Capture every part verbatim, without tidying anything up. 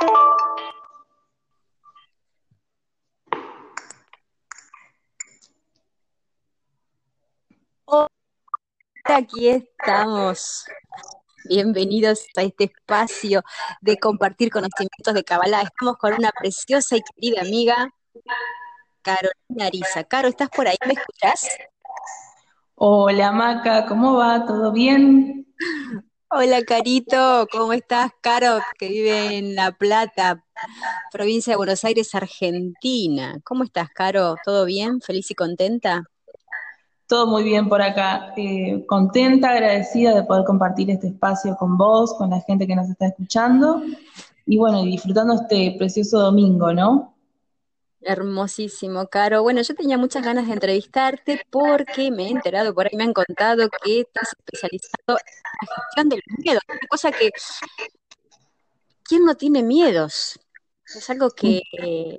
Hola, aquí estamos. Bienvenidos a este espacio de compartir conocimientos de Kabbalah. Estamos con una preciosa y querida amiga, Carolina Ariza. Caro, ¿estás por ahí? ¿Me escuchás? Hola Maca, ¿cómo va? ¿Todo bien? Hola, Carito, ¿cómo estás? Caro, que vive en La Plata, provincia de Buenos Aires, Argentina. ¿Cómo estás, Caro? ¿Todo bien? ¿Feliz y contenta? Todo muy bien por acá. Eh, contenta, agradecida de poder compartir este espacio con vos, con la gente que nos está escuchando y bueno, y disfrutando este precioso domingo, ¿no? Hermosísimo, Caro. Bueno, yo tenía muchas ganas de entrevistarte porque me he enterado, por ahí me han contado que te has especializado en la gestión del miedo, una cosa que, ¿quién no tiene miedos? Es algo que, eh,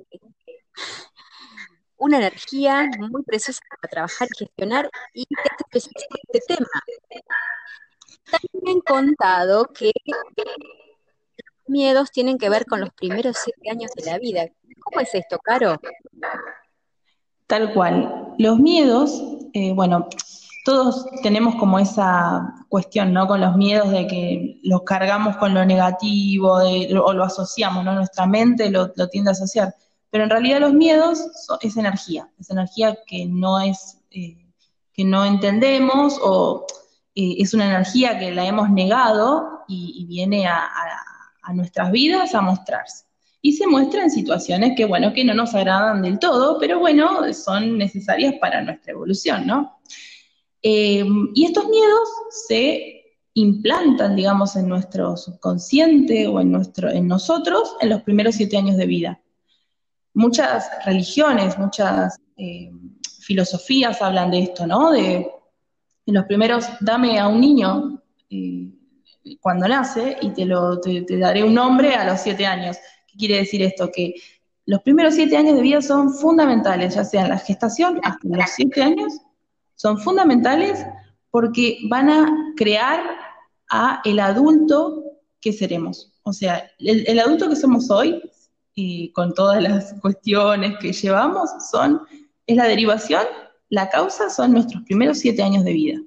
una energía muy preciosa para trabajar y gestionar y te has especializado en este tema. También me han contado que miedos tienen que ver con los primeros siete años de la vida. ¿Cómo es esto, Caro? Tal cual. Los miedos, eh, bueno, todos tenemos como esa cuestión, ¿no? Con los miedos de que los cargamos con lo negativo de- o lo asociamos, ¿no? Nuestra mente lo, lo tiende a asociar. Pero en realidad los miedos so- es energía, es energía que no es, eh, que no entendemos o eh, es una energía que la hemos negado y, y viene a, a a nuestras vidas a mostrarse y se muestra en situaciones que, bueno, que no nos agradan del todo, pero bueno, son necesarias para nuestra evolución, ¿no? Eh, y estos miedos se implantan, digamos, en nuestro subconsciente o en, nuestro, en nosotros en los primeros siete años de vida. Muchas religiones, muchas eh, filosofías hablan de esto, ¿no? De en los primeros, dame a un niño eh, cuando nace y te, lo, te, te daré un nombre a los siete años. ¿Qué quiere decir esto? Que los primeros siete años de vida son fundamentales, ya sea en la gestación hasta los siete años, son fundamentales porque van a crear a el adulto que seremos. O sea, el, el adulto que somos hoy, y con todas las cuestiones que llevamos, son, es la derivación, la causa son nuestros primeros siete años de vida.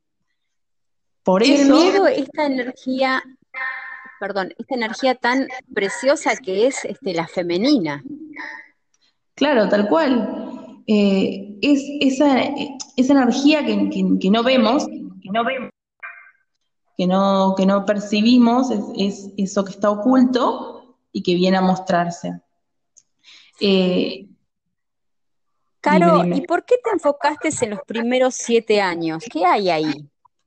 Por Y el eso, miedo, esta energía, perdón, esta energía tan preciosa que es este, la femenina. claro, tal cual, eh, es esa, esa energía que, que, que, no vemos, que no vemos, que no, que no percibimos, es, es, eso que está oculto y que viene a mostrarse. Eh, dime, Caro, ¿y dime. por qué te enfocaste en los primeros siete años? ¿Qué hay ahí?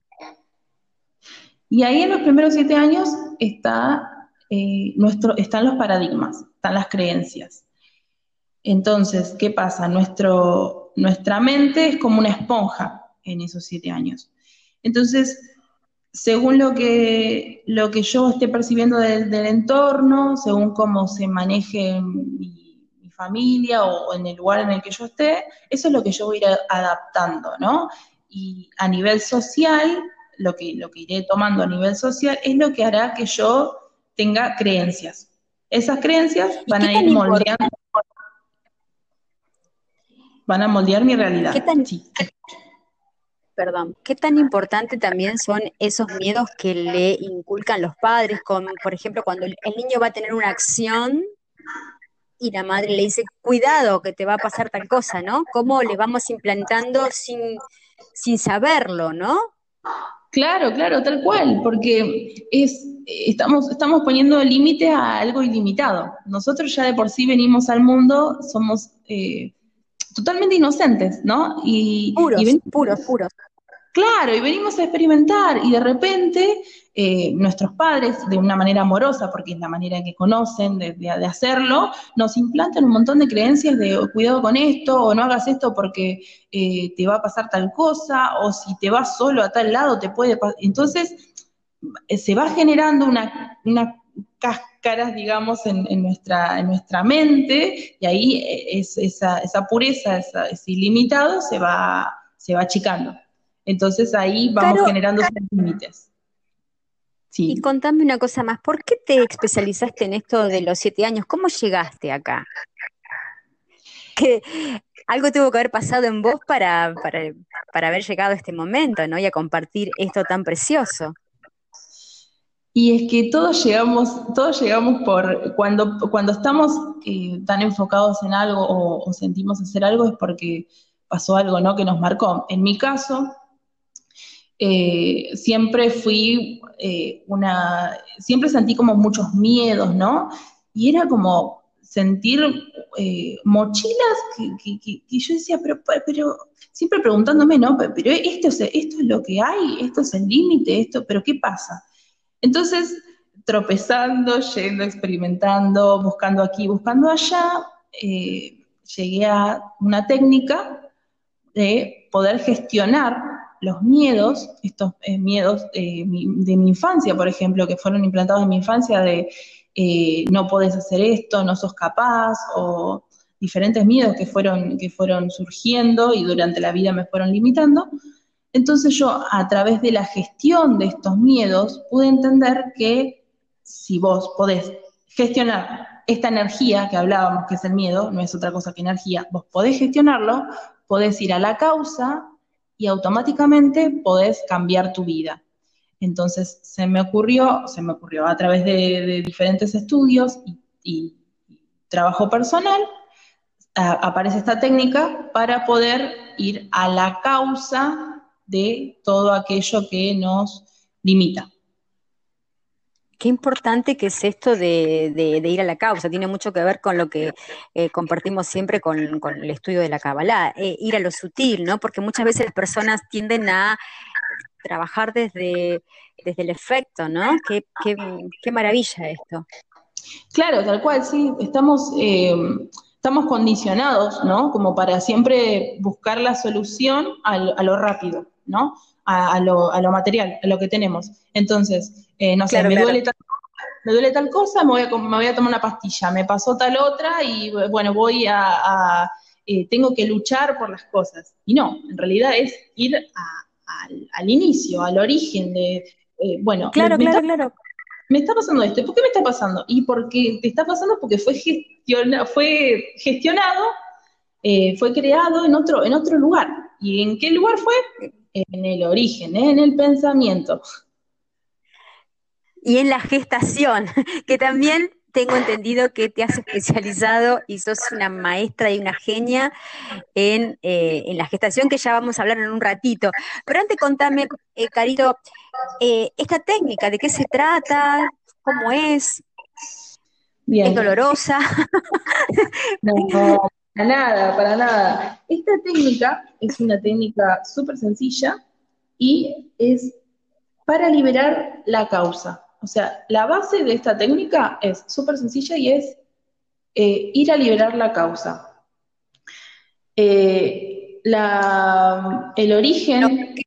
Y ahí en los primeros siete años está, eh, nuestro, están los paradigmas, están las creencias. Entonces, ¿qué pasa? Nuestro, nuestra mente es como una esponja en esos siete años. Entonces, según lo que, lo que yo esté percibiendo del, del entorno, según cómo se maneje mi, mi familia o, o en el lugar en el que yo esté, eso es lo que yo voy a ir adaptando, ¿no? Y a nivel social, lo que, lo que iré tomando a nivel social es lo que hará que yo tenga creencias. Esas creencias ¿Y van qué a tan ir impor- moldeando, van a moldear mi qué realidad. tan, Sí. perdón, qué tan importante también son esos miedos que le inculcan los padres, con, por ejemplo, cuando el el niño va a tener una acción y la madre le dice, cuidado, que te va a pasar tal cosa, ¿no? ¿Cómo le vamos implantando sin, sin saberlo, ¿no? Claro, claro, tal cual, porque es, estamos, estamos poniendo límite a algo ilimitado. Nosotros ya de por sí venimos al mundo, somos eh, totalmente inocentes, ¿no? Y, y Puros, venimos, puros, puros. claro, y venimos a experimentar, y de repente eh, nuestros padres, de una manera amorosa, porque es la manera que conocen de, de, de hacerlo, nos implantan un montón de creencias de oh, cuidado con esto, o no hagas esto porque eh, te va a pasar tal cosa, o si te vas solo a tal lado te puede pasar. Entonces, eh, se va generando una, una cáscaras, digamos, en, en, nuestra, en nuestra mente, y ahí eh, es, esa, esa pureza, esa, ese ilimitado se va, se va achicando. Entonces ahí vamos Caro, generando esos límites. Y Sí. contame una cosa más, ¿por qué te especializaste en esto de los siete años? ¿Cómo llegaste acá? Que algo tuvo que haber pasado en vos para, para, para haber llegado a este momento, ¿no? Y a compartir esto tan precioso. Y es que todos llegamos, todos llegamos por, cuando, cuando estamos eh, tan enfocados en algo o, o sentimos hacer algo es porque pasó algo, ¿no? Que nos marcó. En mi caso, eh, siempre fui eh, una, siempre sentí como muchos miedos, ¿no? Y era como sentir eh, mochilas que, que, que, que yo decía, pero, pero siempre preguntándome, ¿no? Pero esto es, esto es lo que hay, esto es el límite, esto, pero ¿qué pasa? Entonces, tropezando, yendo, experimentando, buscando aquí, buscando allá, eh, llegué a una técnica de poder gestionar los miedos, estos eh, miedos eh, de mi infancia, por ejemplo, que fueron implantados en mi infancia de eh, no podés hacer esto, no sos capaz, o diferentes miedos que fueron, que fueron surgiendo y durante la vida me fueron limitando. Entonces yo, a través de la gestión de estos miedos, pude entender que si vos podés gestionar esta energía que hablábamos, que es el miedo, no es otra cosa que energía, vos podés gestionarlo, podés ir a la causa y automáticamente podés cambiar tu vida. Entonces se me ocurrió, se me ocurrió a través de, de diferentes estudios y, y, trabajo personal, a, aparece esta técnica para poder ir a la causa de todo aquello que nos limita. Qué importante que es esto de, de- de ir a la causa. Tiene mucho que ver con lo que eh, compartimos siempre con, con el estudio de la Kabbalah, eh, ir a lo sutil, ¿no? Porque muchas veces las personas tienden a trabajar desde, desde el efecto, ¿no? Qué, qué, qué maravilla esto. Claro, tal cual, sí, estamos, eh, estamos condicionados, ¿no? Como para siempre buscar la solución a lo, a lo rápido, ¿no? A, a, lo, a, lo, material, a lo que tenemos. Entonces, eh, no sé, Claro, me claro. duele, tal, me duele tal cosa, me voy, a, me voy a tomar una pastilla, me pasó tal otra y bueno, voy a, a eh, tengo que luchar por las cosas. Y no, en realidad es ir a, al, al inicio, al origen de, eh, bueno, me, Claro, me está claro, claro. me está pasando esto. ¿Por qué me está pasando? Y porque te está pasando porque fue, gestiona, fue gestionado, eh, fue creado en otro, en otro lugar. ¿Y en qué lugar fue? En el origen, ¿eh? En el pensamiento. Y en la gestación, que también tengo entendido que te has especializado y sos una maestra y una genia en, eh, en la gestación, que ya vamos a hablar en un ratito. Pero antes contame, eh, Carito, eh, esta técnica, ¿de qué se trata? ¿Cómo es? ¿Es Bien. dolorosa? No, para nada, para nada. Esta técnica es una técnica súper sencilla y es para liberar la causa. O sea, la base de esta técnica es súper sencilla y es eh, ir a liberar la causa. Eh, la, el origen,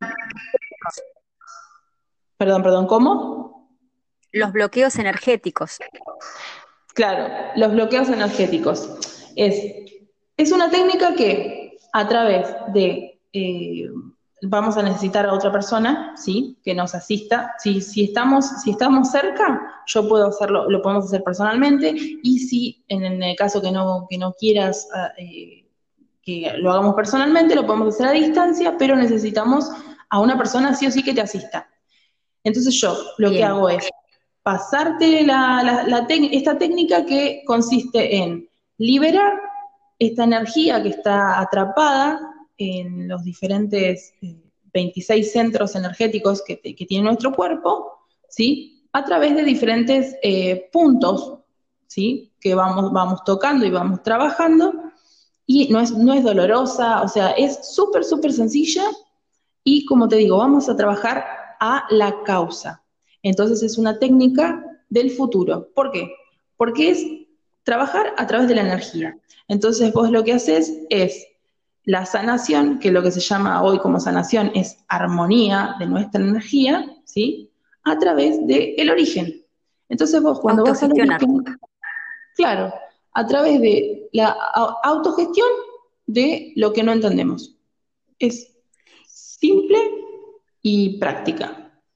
perdón, perdón, ¿cómo? Los bloqueos energéticos. Claro, los bloqueos energéticos. Es, es una técnica que a través de, eh, vamos a necesitar a otra persona, ¿sí? Que nos asista. Si, si, estamos, si estamos cerca, yo puedo hacerlo, lo podemos hacer personalmente, y si en el caso que no, que no quieras eh, que lo hagamos personalmente, lo podemos hacer a distancia, pero necesitamos a una persona sí o sí que te asista. Entonces yo lo que Bien. hago es pasarte la, la, la esta técnica que consiste en liberar esta energía que está atrapada en los diferentes eh, veintiséis centros energéticos que, que, tiene nuestro cuerpo, ¿sí? A través de diferentes eh, puntos, ¿sí? Que vamos, vamos tocando y vamos trabajando, y no es, no es dolorosa, o sea, es súper, súper sencilla, y como te digo, vamos a trabajar a la causa. Entonces es una técnica del futuro. ¿Por qué? Porque es trabajar a través de la energía. Entonces vos lo que haces es la sanación, que lo que se llama hoy como sanación es armonía de nuestra energía, ¿sí? A través del origen. Entonces vos cuando vas al Autogestionar. origen, claro, a través de la autogestión de lo que no entendemos. Es simple y práctica.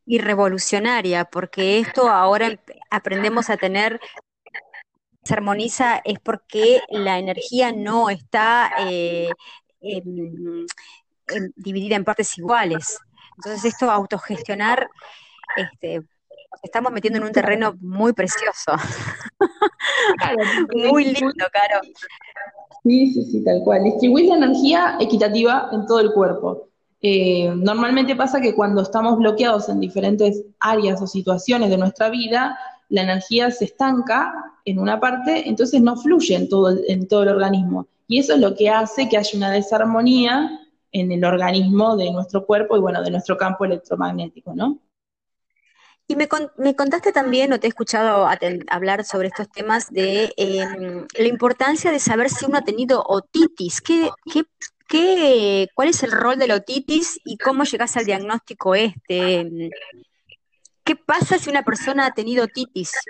Y revolucionaria, porque esto ahora em- aprendemos a tener, se armoniza, es porque la energía no está eh, em, em, dividida en partes iguales. Entonces esto autogestionar, este, nos estamos metiendo en un terreno muy precioso, Claro, porque muy lindo, distribuir, Caro. sí, sí, sí, tal cual. Distribuir la energía equitativa en todo el cuerpo. Eh, normalmente pasa que cuando estamos bloqueados en diferentes áreas o situaciones de nuestra vida, la energía se estanca en una parte, entonces no fluye en todo el, en todo el organismo. Y eso es lo que hace que haya una desarmonía en el organismo de nuestro cuerpo y bueno, de nuestro campo electromagnético, ¿no? Y me, con- me contaste también, o te he escuchado aten- hablar sobre estos temas de em, la importancia de saber si uno ha tenido otitis. ¿Qué, qué, qué- cuál es el rol de la otitis y cómo llegas al diagnóstico este? Em, ¿Qué pasa si una persona ha tenido otitis?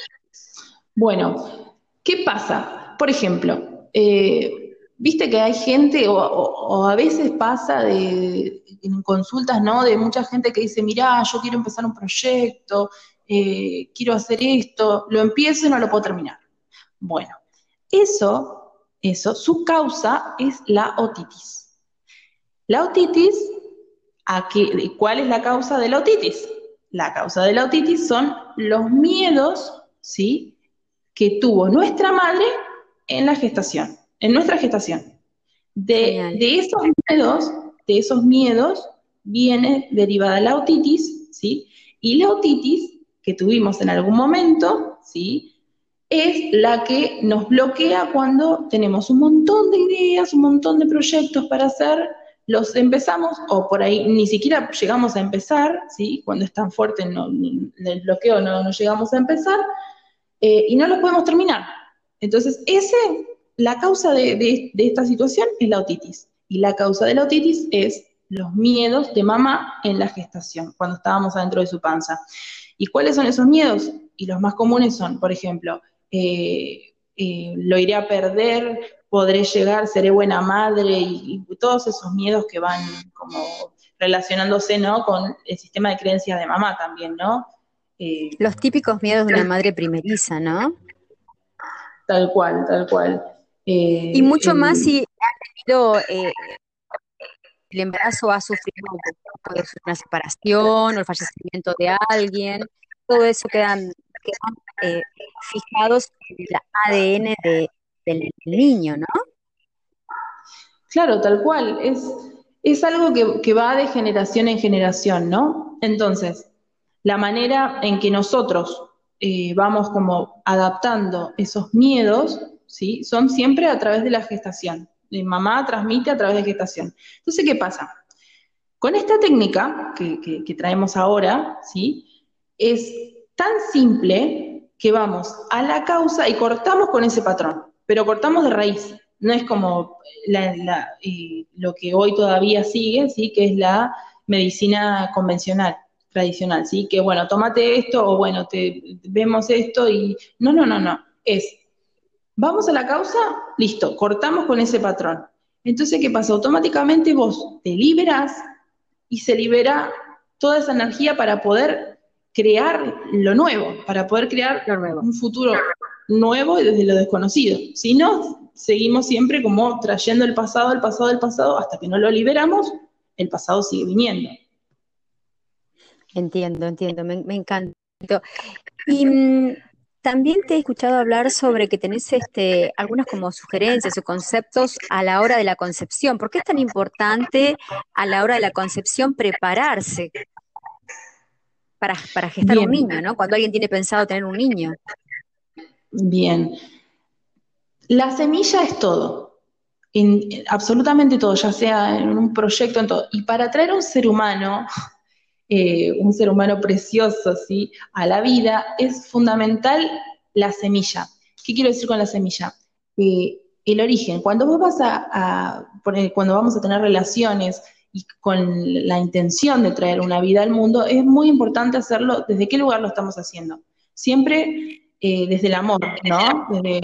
Bueno, ¿qué pasa? Por ejemplo, eh, viste que hay gente, o, o- o a veces pasa de, en consultas, ¿no? De mucha gente que dice, mirá, yo quiero empezar un proyecto, eh, quiero hacer esto, lo empiezo y no lo puedo terminar. Bueno, eso, eso, su causa es la otitis. La otitis, ¿a qué- ¿cuál es la causa de la otitis? La causa de la otitis son los miedos, ¿sí? Que tuvo nuestra madre en la gestación, en nuestra gestación. De, Genial. de esos miedos, de esos miedos viene derivada la otitis, ¿sí? Y la otitis que tuvimos en algún momento, ¿sí? Es la que nos bloquea cuando tenemos un montón de ideas, un montón de proyectos para hacer, los empezamos o por ahí ni siquiera llegamos a empezar, ¿sí? Cuando es tan fuerte no, el bloqueo no, no llegamos a empezar, eh, y no los podemos terminar. Entonces, ese, la causa de, de, de esta situación es la otitis. Y la causa de la otitis es los miedos de mamá en la gestación, cuando estábamos adentro de su panza. ¿Y cuáles son esos miedos? Y los más comunes son, por ejemplo, eh, eh, lo iré a perder, podré llegar, seré buena madre, y, y todos esos miedos que van como relacionándose, ¿no? Con el sistema de creencias de mamá también, ¿no? Eh, Los típicos miedos de una madre primeriza, ¿no? Tal cual, tal cual. Y Eh, mucho más el, si ha tenido, eh, el embarazo ha sufrido, puede sufrir una separación o el fallecimiento de alguien, todo eso quedan, quedan eh, fijados en el A D N de- del niño, ¿no? claro, tal cual. Es, es algo que, que va de generación en generación, ¿no? Entonces, la manera en que nosotros eh, vamos como adaptando esos miedos, ¿sí? Son siempre a través de la gestación. Mi mamá transmite a través de gestación. Entonces, ¿qué pasa? Con esta técnica que, que, que traemos ahora, ¿sí? Es tan simple que vamos a la causa y cortamos con ese patrón, pero cortamos de raíz. No es como la, la, eh, lo que hoy todavía sigue, ¿sí? Que es la medicina convencional, tradicional, ¿sí? Que bueno, tómate esto o bueno, te vemos esto y no, no, no, no. Es vamos a la causa, listo, cortamos con ese patrón. Entonces, ¿qué pasa? Automáticamente vos te liberás y se libera toda esa energía para poder crear lo nuevo, para poder crear Lo nuevo. un futuro nuevo y desde lo desconocido. Si no, seguimos siempre como trayendo el pasado, el pasado, el pasado, hasta que no lo liberamos, el pasado sigue viniendo. Entiendo, entiendo, me, me encanta. Y mm, también te he escuchado hablar sobre que tenés este, algunas como sugerencias o conceptos a la hora de la concepción. ¿Por qué es tan importante a la hora de la concepción prepararse para, para gestar un Bien, niño, ¿no? Cuando alguien tiene pensado tener un niño. bien. La semilla es todo, en, absolutamente todo, ya sea en un proyecto, en todo. Y para traer un ser humano, eh, un ser humano precioso, ¿sí? A la vida, es fundamental la semilla. ¿Qué quiero decir con la semilla? Eh, el origen. Cuando vos vas a, a poner- cuando vamos a tener relaciones y con la intención de traer una vida al mundo, es muy importante hacerlo desde qué lugar lo estamos haciendo. Siempre eh, desde el amor, ¿no? Desde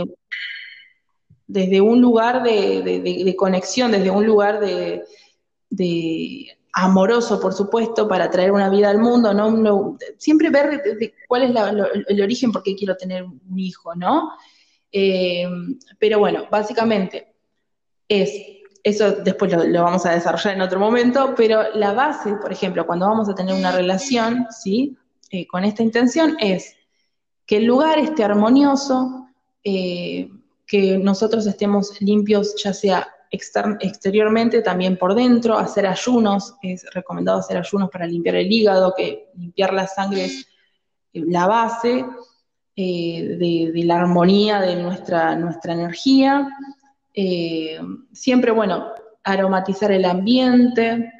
desde un lugar de, de, de, de conexión, desde un lugar de, de, amoroso, por supuesto, para traer una vida al mundo, ¿no? No, siempre ver de, de cuál es la, lo, el origen, por qué quiero tener un hijo, ¿no? Eh, pero bueno, básicamente es, eso después lo, lo vamos a desarrollar en otro momento, pero la base, por ejemplo, cuando vamos a tener una relación, ¿sí? Eh, con esta intención es que el lugar esté armonioso, eh, que nosotros estemos limpios, ya sea exter exteriormente, también por dentro, hacer ayunos, es recomendado hacer ayunos para limpiar el hígado, que limpiar la sangre es la base eh, de, de, la armonía de nuestra, nuestra energía. Eh, siempre, bueno, aromatizar el ambiente,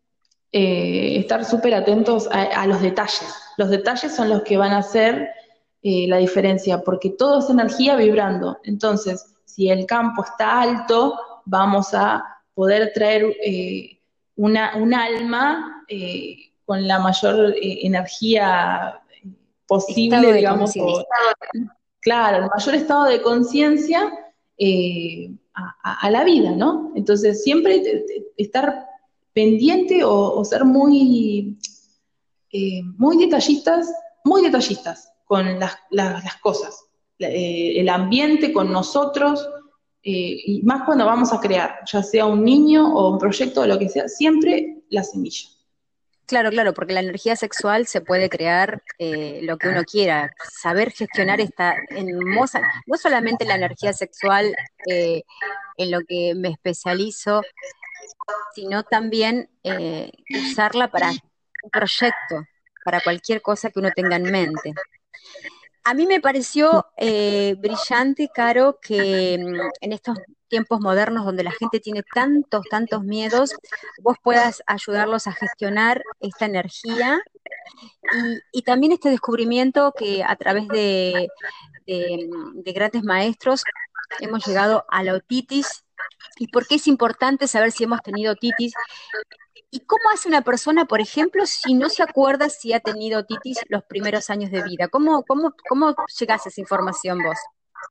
eh, estar súper atentos a, a los detalles. Los detalles son los que van a hacer eh, la diferencia, porque todo es energía vibrando. Entonces, si el campo está alto, vamos a poder traer eh, una, un alma eh, con la mayor eh, energía Estado posible, de digamos, conciencia. o, claro, el mayor estado de conciencia eh, a, a, a la vida, ¿no? Entonces, siempre te, te, estar pendiente o, o ser muy, eh, muy detallistas, muy detallistas con las, las, las cosas, eh, el ambiente con nosotros, eh, y más cuando vamos a crear, ya sea un niño o un proyecto o lo que sea, siempre la semilla. Claro, claro, porque la energía sexual se puede crear eh, lo que uno quiera. Saber gestionar esta hermosa, no solamente la energía sexual eh, en lo que me especializo, sino también eh, usarla para un proyecto, para cualquier cosa que uno tenga en mente. A mí me pareció eh, brillante, Caro, que mm, en estos tiempos modernos donde la gente tiene tantos, tantos miedos, vos puedas ayudarlos a gestionar esta energía y, y también este descubrimiento que a través de, de, mm, de grandes maestros hemos llegado a la otitis y por qué es importante saber si hemos tenido otitis. ¿Y cómo hace una persona, por ejemplo, si no se acuerda si ha tenido otitis los primeros años de vida? ¿Cómo, cómo, cómo llegás a esa información vos?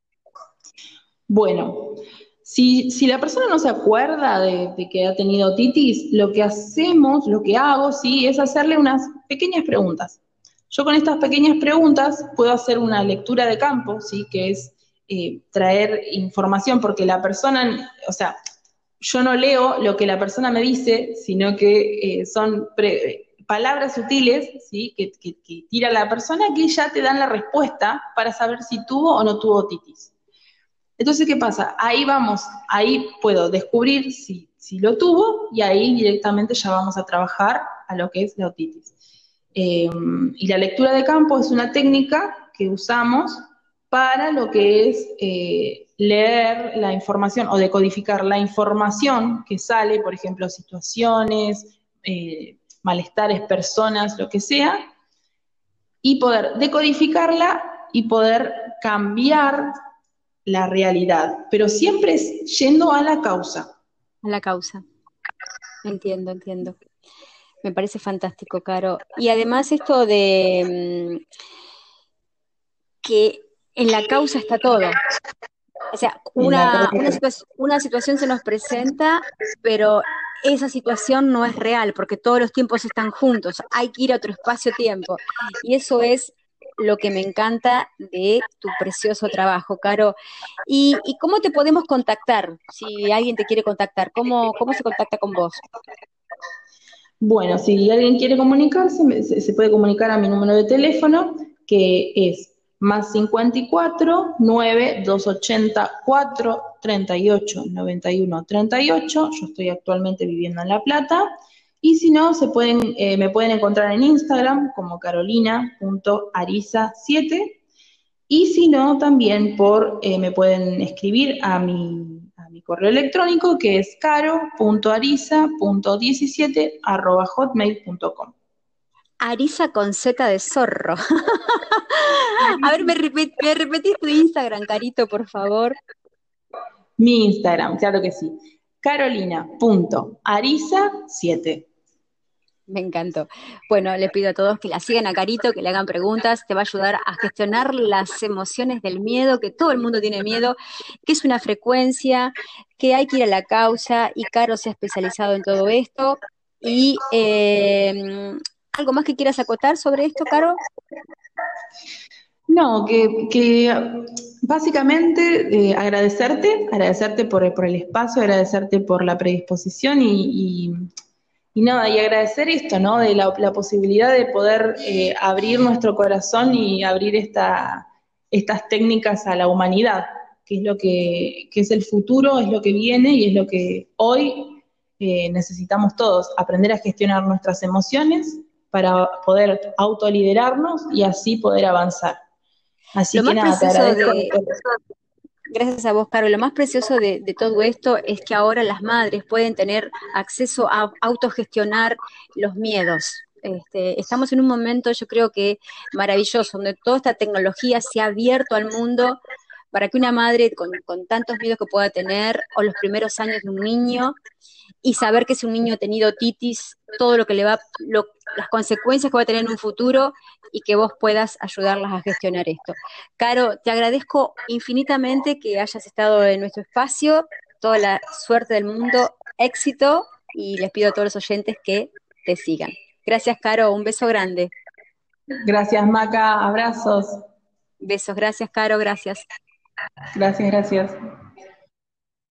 Bueno, si, si la persona no se acuerda de, de que ha tenido otitis, lo que hacemos, lo que hago, sí, es hacerle unas pequeñas preguntas. Yo con estas pequeñas preguntas puedo hacer una lectura de campo, sí, que es eh, traer información, porque la persona, o sea, yo no leo lo que la persona me dice, sino que eh, son pre, palabras sutiles, ¿sí? que, que, que tira la persona que ya te dan la respuesta para saber si tuvo o no tuvo otitis. Entonces, ¿qué pasa? Ahí vamos, ahí puedo descubrir si, si lo tuvo y ahí directamente ya vamos a trabajar a lo que es la otitis. Eh, y la lectura de campo es una técnica que usamos para lo que es eh, leer la información o decodificar la información que sale, por ejemplo, situaciones, eh, malestares, personas, lo que sea, y poder decodificarla y poder cambiar la realidad, pero siempre es yendo a la causa. A la causa. Entiendo, entiendo. Me parece fantástico, Caro. Y además esto de mm, que en la causa está todo. O sea, En la una, una, causa. situa- una situación se nos presenta, pero esa situación no es real porque todos los tiempos están juntos. Hay que ir a otro espacio-tiempo. Y eso es lo que me encanta de tu precioso trabajo, Caro. ¿Y, y cómo te podemos contactar? Si alguien te quiere contactar, ¿cómo, cómo se contacta con vos? Bueno, si alguien quiere comunicarse, me- se, se puede comunicar a mi número de teléfono, que es más cincuenta y cuatro, nueve, doscientos ochenta, cuatro, treinta y ocho, noventa y uno, treinta y ocho. Yo estoy actualmente viviendo en La Plata. Y si no, se pueden, eh, me pueden encontrar en Instagram como carolina punto ariza siete. Y si no, también por, eh, me pueden escribir a mi, a mi correo electrónico, que es caro punto ariza punto diecisiete arroba hotmail punto com. Arisa con Z de zorro. A ver, ¿me, repet- me repetís tu Instagram, Carito, por favor? Mi Instagram, claro que sí, carolina punto ariza siete. Me encantó. Bueno, le pido a todos que la sigan a Carito, que le hagan preguntas, te va a ayudar a gestionar las emociones del miedo, que todo el mundo tiene miedo, que es una frecuencia, que hay que ir a la causa y Caro se ha especializado en todo esto. Y eh, ¿algo más que quieras acotar sobre esto, Caro? No, que, que básicamente eh, agradecerte, agradecerte por, por el espacio, agradecerte por la predisposición y, y, y nada, y agradecer esto, ¿no? De la, la posibilidad de poder eh, abrir nuestro corazón y abrir esta, estas técnicas a la humanidad, que es lo que, que es el futuro, es lo que viene y es lo que hoy eh, necesitamos todos, aprender a gestionar nuestras emociones para poder autoliderarnos y así poder avanzar. Lo Así que más nada, te precioso agradezco. de, Gracias a vos, Caro. Lo más precioso de, de todo esto es que ahora las madres pueden tener acceso a autogestionar los miedos. Este, estamos en un momento, yo creo que maravilloso, donde toda esta tecnología se ha abierto al mundo para que una madre con, con tantos miedos que pueda tener, o los primeros años de un niño, y saber que si un niño ha tenido titis, todo lo que le va, lo- las consecuencias que va a tener en un futuro y que vos puedas ayudarlas a gestionar esto. Caro, te agradezco infinitamente que hayas estado en nuestro espacio, toda la suerte del mundo, éxito y les pido a todos los oyentes que te sigan. Gracias, Caro, un beso grande. Gracias, Maca. Abrazos. Besos, gracias, Caro, gracias. Gracias, gracias.